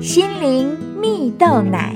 心灵蜜豆奶。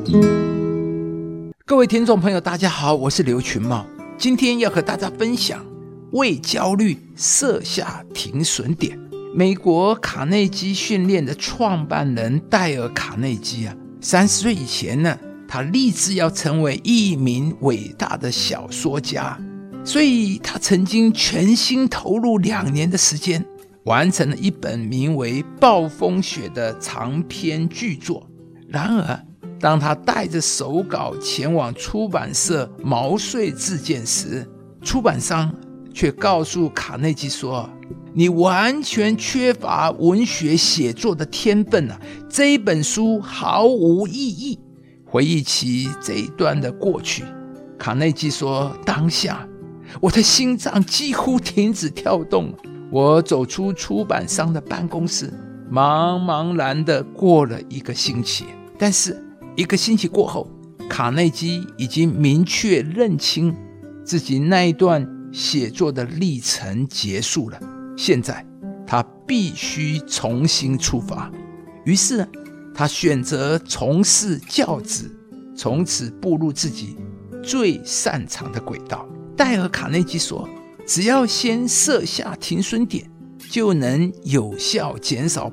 各位听众朋友大家好，我是刘群茂，今天要和大家分享为焦虑设下停损点。美国卡内基训练的创办人戴尔·卡内基30岁以前呢，他立志要成为一名伟大的小说家，所以他曾经全心投入2年的时间，完成了一本名为《暴风雪》的长篇巨作。然而当他带着手稿前往出版社毛遂自荐时，出版商却告诉卡内基说，你完全缺乏文学写作的天分这一本书毫无意义。回忆起这一段的过去，卡内基说，当下我的心脏几乎停止跳动了。我走出出版商的办公室，茫茫然地过了1个星期。但是1个星期过后，卡内基已经明确认清自己那一段写作的历程结束了，现在他必须重新出发。于是他选择从事教职，从此步入自己最擅长的轨道。戴尔·卡内基说，只要先设下停损点，就能有效减少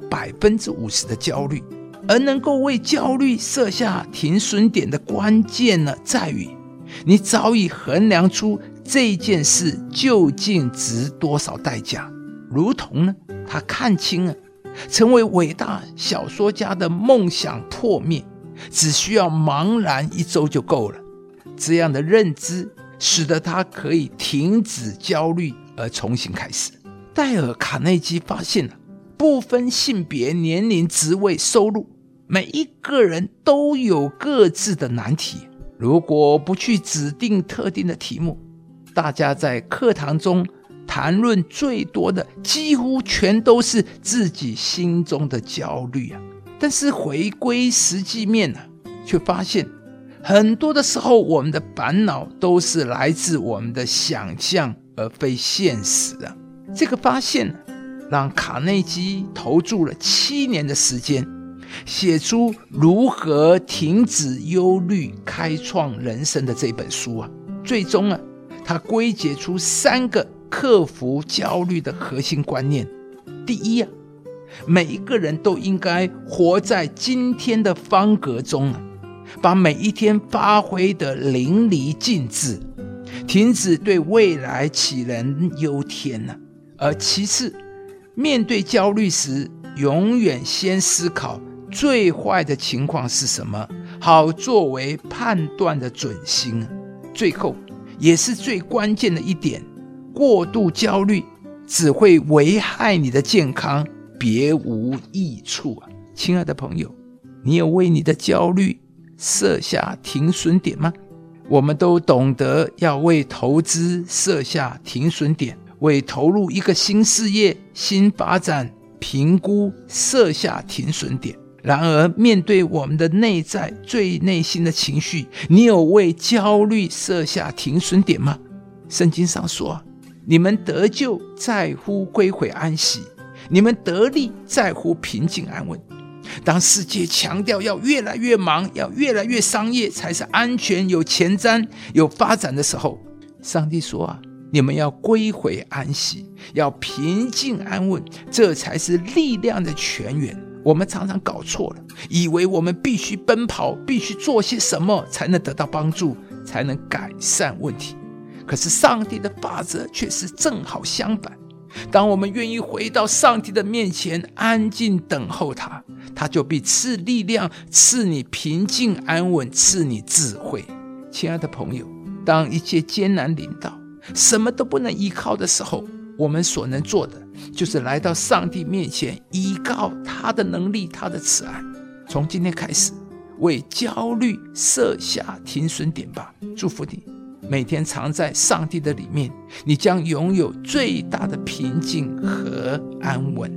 50%的焦虑。而能够为焦虑设下停损点的关键呢，在于你早已衡量出这件事究竟值多少代价。如同呢，他看清了成为伟大小说家的梦想破灭只需要茫然1周就够了。这样的认知使得他可以停止焦虑而重新开始。戴尔·卡内基发现了，不分性别、年龄、职位、收入，每一个人都有各自的难题。如果不去指定特定的题目，大家在课堂中谈论最多的几乎全都是自己心中的焦虑但是回归实际面却发现很多的时候，我们的烦恼都是来自我们的想象而非现实这个发现让卡内基投注了7年的时间，写出如何停止忧虑开创人生的这本书最终他归结出3个克服焦虑的核心观念。第一每一个人都应该活在今天的方格中把每一天发挥得淋漓尽致，停止对未来杞人忧天而其次，面对焦虑时永远先思考最坏的情况是什么，好作为判断的准心。最后也是最关键的一点，过度焦虑只会危害你的健康，别无益处亲爱的朋友，你有为你的焦虑设下停损点吗？我们都懂得要为投资设下停损点，为投入一个新事业、新发展评估设下停损点。然而面对我们的内在最内心的情绪，你有为焦虑设下停损点吗？圣经上说，你们得救在乎归回安息，你们得力在乎平静安稳。当世界强调要越来越忙，要越来越商业才是安全、有前瞻、有发展的时候，上帝说你们要归回安息，要平静安稳，这才是力量的泉源。我们常常搞错了，以为我们必须奔跑，必须做些什么才能得到帮助，才能改善问题。可是上帝的法则却是正好相反。当我们愿意回到上帝的面前，安静等候他，他就必赐力量，赐你平静安稳，赐你智慧。亲爱的朋友，当一切艰难临到，什么都不能依靠的时候，我们所能做的就是来到上帝面前，依靠他的能力，他的慈爱。从今天开始，为焦虑设下停损点吧。祝福你每天藏在上帝的里面，你将拥有最大的平静和安稳。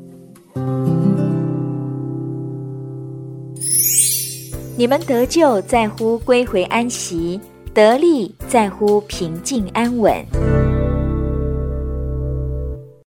你们得救在乎归回安息，得力在乎平静安稳。